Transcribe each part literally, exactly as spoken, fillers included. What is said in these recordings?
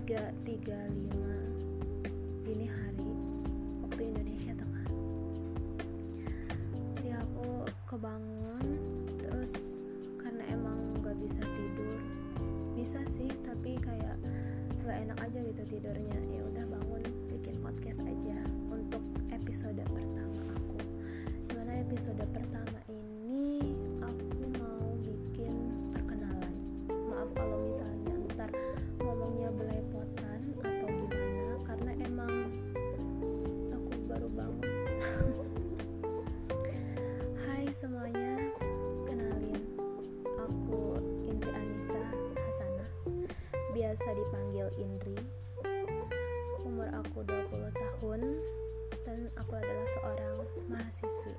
tiga tiga puluh lima dini hari waktu Indonesia Tengah. Jadi aku kebangun terus karena emang gak bisa tidur. Bisa sih tapi kayak gak enak aja gitu tidurnya. Ya udah bangun bikin podcast aja untuk episode pertama aku. Dimana episode pertama ini aku mau bikin perkenalan. Maaf kalau misalnya ntar ngomongnya belepotan atau gimana, karena emang aku baru bangun. Hai semuanya, kenalin, aku Indri Anissa Hasanah, biasa dipanggil Indri. Umur aku dua puluh tahun dan aku adalah seorang mahasiswi.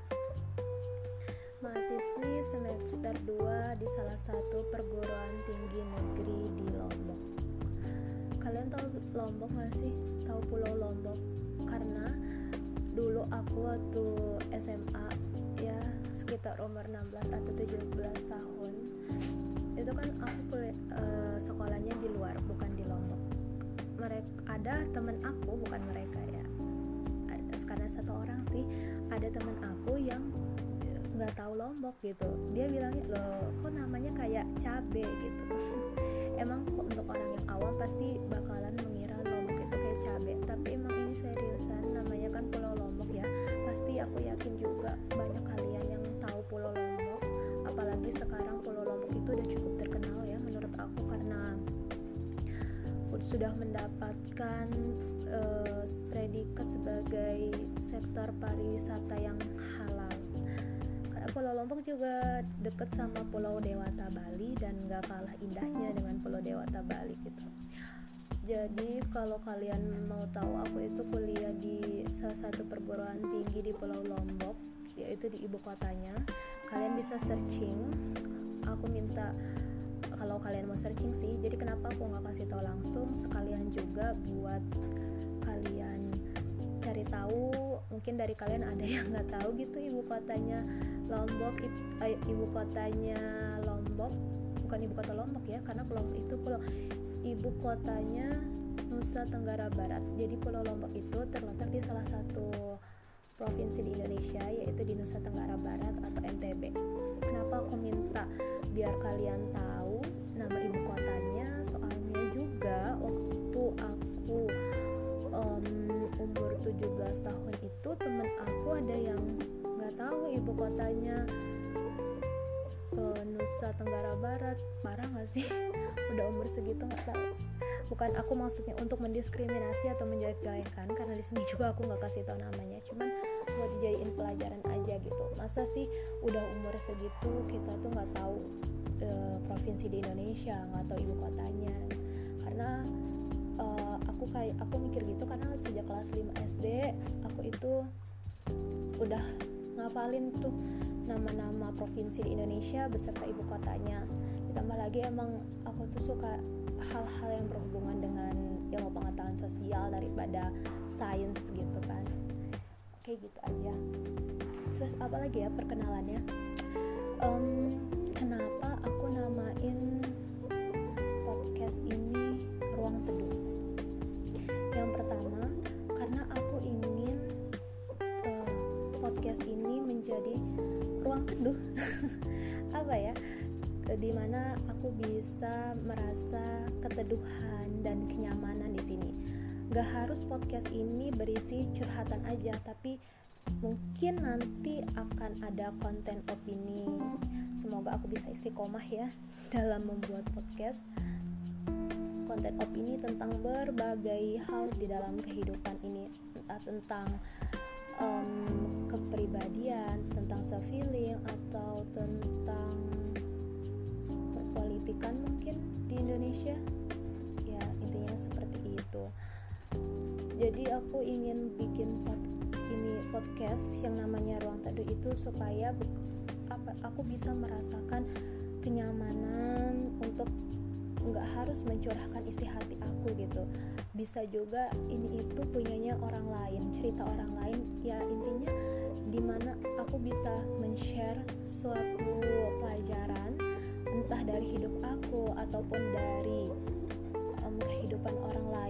Mahasiswi semester dua di salah satu perguruan tinggi negeri di Lombok. Kalian tahu Lombok gak sih? Tahu Pulau Lombok? Karena dulu aku waktu S M A ya sekitar umur enam belas atau tujuh belas tahun, itu kan aku kuliah, uh, sekolahnya di luar, bukan di Lombok. Mereka ada temen aku, bukan mereka ya, ada, karena satu orang sih, ada temen aku yang nggak tahu Lombok gitu. Dia bilangnya, loh kok namanya kayak cabe gitu. Emang kok untuk orang yang awam pasti bakalan mengira Lombok itu kayak cabe, tapi emang ini seriusan, namanya kan Pulau Lombok ya. Pasti aku yakin juga banyak kalian yang tahu Pulau Lombok. Apalagi sekarang Pulau Lombok itu udah cukup terkenal ya menurut aku, karena sudah mendapatkan uh, predikat sebagai sektor pariwisata yang halal. Pulau Lombok juga deket sama Pulau Dewata Bali dan gak kalah indahnya dengan Pulau Dewata Bali gitu. Jadi kalau kalian mau tahu, aku itu kuliah di salah satu perguruan tinggi di Pulau Lombok, yaitu di ibu kotanya. Kalian bisa searching. Aku minta kalau kalian mau searching sih. Jadi kenapa aku gak kasih tahu langsung, sekalian juga buat kalian cari tahu. Mungkin dari kalian ada yang nggak tahu gitu ibu kotanya Lombok, eh, ibu kotanya Lombok bukan ibu kota Lombok ya, karena pulau itu pulau ibu kotanya Nusa Tenggara Barat. Jadi Pulau Lombok itu terletak di salah satu provinsi di Indonesia, yaitu di Nusa Tenggara Barat atau N T B. Kenapa aku minta biar kalian tahu nama ibu kotanya? Soalnya juga waktu aku um, umur tujuh belas tahun itu, temen aku ada yang gak tahu ibu kotanya uh, Nusa Tenggara Barat. Parah gak sih? Udah umur segitu gak tahu. Bukan aku maksudnya untuk mendiskriminasi atau menjelek-jelekan, karena di sini juga aku gak kasih tahu namanya, cuman buat dijadiin pelajaran aja gitu. Masa sih udah umur segitu kita tuh gak tahu uh, provinsi di Indonesia, gak tahu ibu kotanya. Karena uh, aku kayak aku mikir gitu karena sejak kelas lima S D aku itu udah ngafalin tuh nama-nama provinsi di Indonesia beserta ibu kotanya. Ditambah lagi emang aku tuh suka hal-hal yang berhubungan dengan ilmu pengetahuan sosial daripada sains gitu kan. Oke gitu aja. Terus apa lagi ya perkenalannya? Um, kenapa aku namain podcast ini Ruang Teduh? Yang pertama, karena aku ingin uh, podcast ini menjadi ruang teduh. Apa ya? Dimana aku bisa merasa keteduhan dan kenyamanan di sini. Gak harus podcast ini berisi curhatan aja, tapi mungkin nanti akan ada konten opini. Semoga aku bisa istiqomah ya dalam membuat podcast. Konten opini tentang berbagai hal di dalam kehidupan ini, entah tentang um, kepribadian, tentang self-healing, atau tentang perpolitikan mungkin di Indonesia. Ya intinya seperti itu. Jadi aku ingin bikin pod, ini podcast yang namanya Ruang Teduh itu supaya bu- apa, aku bisa merasakan kenyamanan untuk nggak harus mencurahkan isi hati aku gitu. Bisa juga ini itu punyanya orang lain, cerita orang lain, ya intinya dimana aku bisa men-share suatu pelajaran entah dari hidup aku ataupun dari um, kehidupan orang lain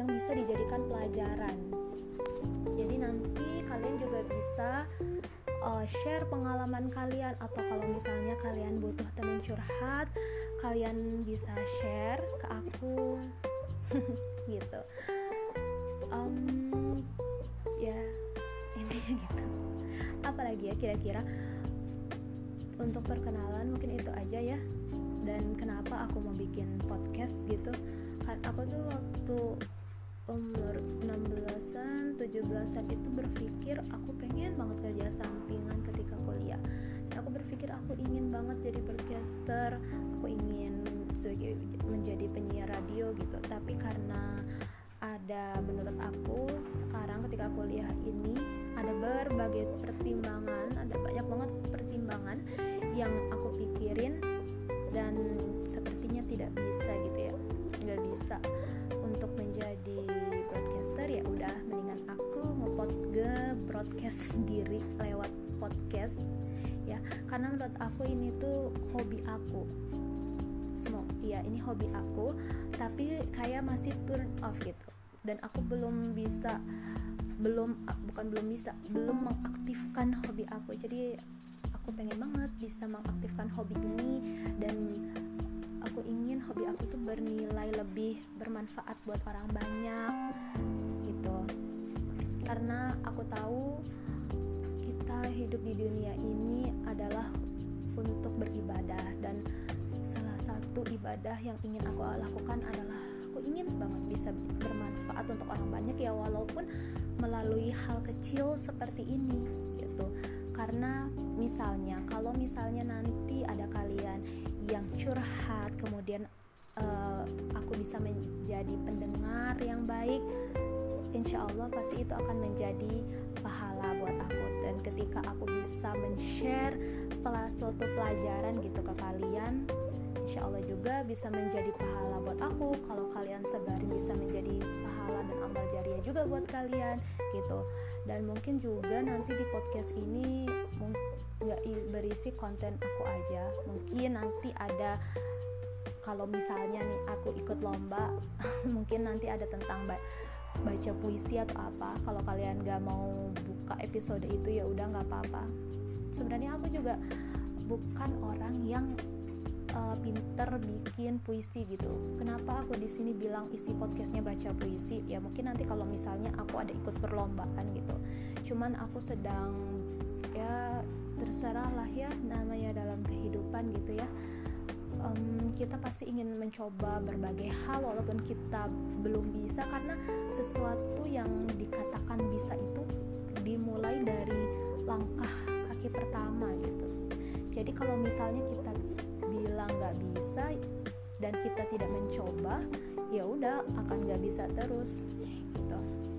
yang bisa dijadikan pelajaran. Jadi nanti kalian juga bisa uh, share pengalaman kalian, atau kalau misalnya kalian butuh teman curhat, kalian bisa share ke aku gitu. Um, ya intinya gitu. Apalagi ya kira-kira untuk perkenalan mungkin itu aja ya. Dan kenapa aku mau bikin podcast gitu, kan aku tuh waktu umur enam belasan, tujuh belasan itu berpikir aku pengen banget kerja sampingan ketika kuliah. Dan aku berpikir aku ingin banget jadi podcaster, aku ingin menjadi penyiar radio gitu. Tapi karena ada, menurut aku sekarang ketika kuliah ini ada berbagai pertimbangan, ada banyak banget pertimbangan yang aku pikirin, dan sepertinya tidak bisa gitu ya, nggak bisa untuk menjadi broadcaster. Ya udah, mendingan aku ngepod nge-broadcast sendiri lewat podcast ya, karena menurut aku ini tuh hobi aku. Semua ya, ini hobi aku, tapi kayak masih turn off gitu, dan aku belum bisa belum bukan belum bisa belum mengaktifkan hobi aku. Jadi aku pengen banget bisa mengaktifkan hobi ini, dan aku ingin hobi aku tuh bernilai lebih, bermanfaat buat orang banyak gitu. Karena aku tahu kita hidup di dunia ini adalah untuk beribadah, dan salah satu ibadah yang ingin aku lakukan adalah aku ingin banget bisa bermanfaat untuk orang banyak ya, walaupun melalui hal kecil seperti ini gitu. Karena misalnya kalau misalnya nanti ada kalian yang curhat, kemudian uh, aku bisa menjadi pendengar yang baik, insya Allah pasti itu akan menjadi pahala buat aku. Dan ketika aku bisa men-share suatu pelajaran gitu ke kalian, insya Allah juga bisa menjadi pahala buat aku. Kalau kalian sebarin bisa menjadi pahala dan amal jariah juga buat kalian gitu. Dan mungkin juga nanti di podcast ini nggak berisi konten aku aja, mungkin nanti ada, kalau misalnya nih aku ikut lomba mungkin nanti ada tentang ba- baca puisi atau apa. Kalau kalian nggak mau buka episode itu ya udah, nggak apa-apa. Sebenarnya aku juga bukan orang yang Uh, pinter bikin puisi gitu. Kenapa aku di sini bilang isi podcastnya baca puisi? Ya mungkin nanti kalau misalnya aku ada ikut perlombaan gitu. Cuman aku sedang, ya terserah lah ya, namanya dalam kehidupan gitu ya. Um, kita pasti ingin mencoba berbagai hal walaupun kita belum bisa, karena sesuatu yang dikatakan bisa itu dimulai dari langkah kaki pertama gitu. Jadi kalau misalnya kita bilang nggak bisa dan kita tidak mencoba, ya udah akan nggak bisa terus gitu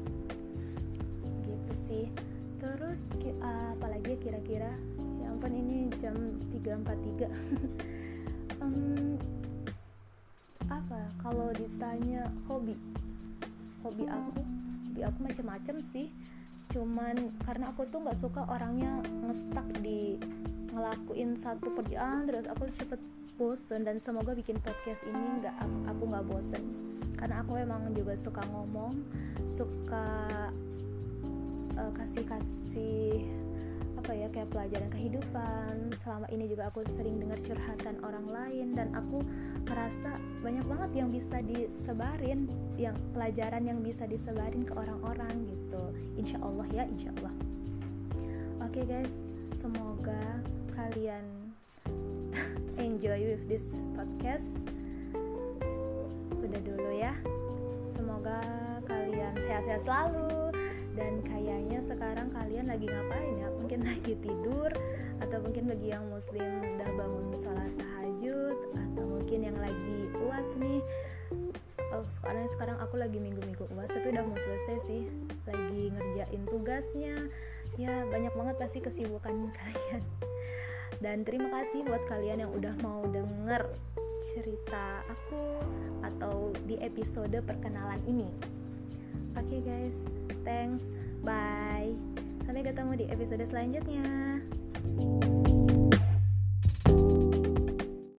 gitu sih. Terus uh, apalagi kira-kira, ya ampun ini jam tiga empat puluh tiga. um, apa kalau ditanya hobi hobi aku hobi aku macam-macam sih. Cuman karena aku tuh nggak suka orangnya ngestak di ngelakuin satu kerjaan terus, aku cepet bosen. Dan semoga bikin podcast ini nggak aku, aku nggak bosen, karena aku emang juga suka ngomong, suka uh, kasih-kasih apa ya, kayak pelajaran kehidupan. Selama ini juga aku sering dengar curhatan orang lain, dan aku ngerasa banyak banget yang bisa disebarin, yang pelajaran yang bisa disebarin ke orang-orang gitu. Insya Allah ya, insya Allah. Oke okay guys, semoga kalian enjoy with this podcast. Udah dulu ya. Semoga kalian sehat-sehat selalu. Dan kayaknya sekarang kalian lagi ngapain ya? Mungkin lagi tidur, atau mungkin bagi yang muslim udah bangun sholat tahajud, atau mungkin yang lagi U A S nih. Oh, sekarang sekarang aku lagi minggu-minggu U A S, tapi udah mau selesai sih. Lagi ngerjain tugasnya. Ya banyak banget pasti kesibukan kalian. Dan terima kasih buat kalian yang udah mau denger cerita aku atau di episode perkenalan ini. Oke okay guys, thanks, bye. Sampai ketemu di episode selanjutnya.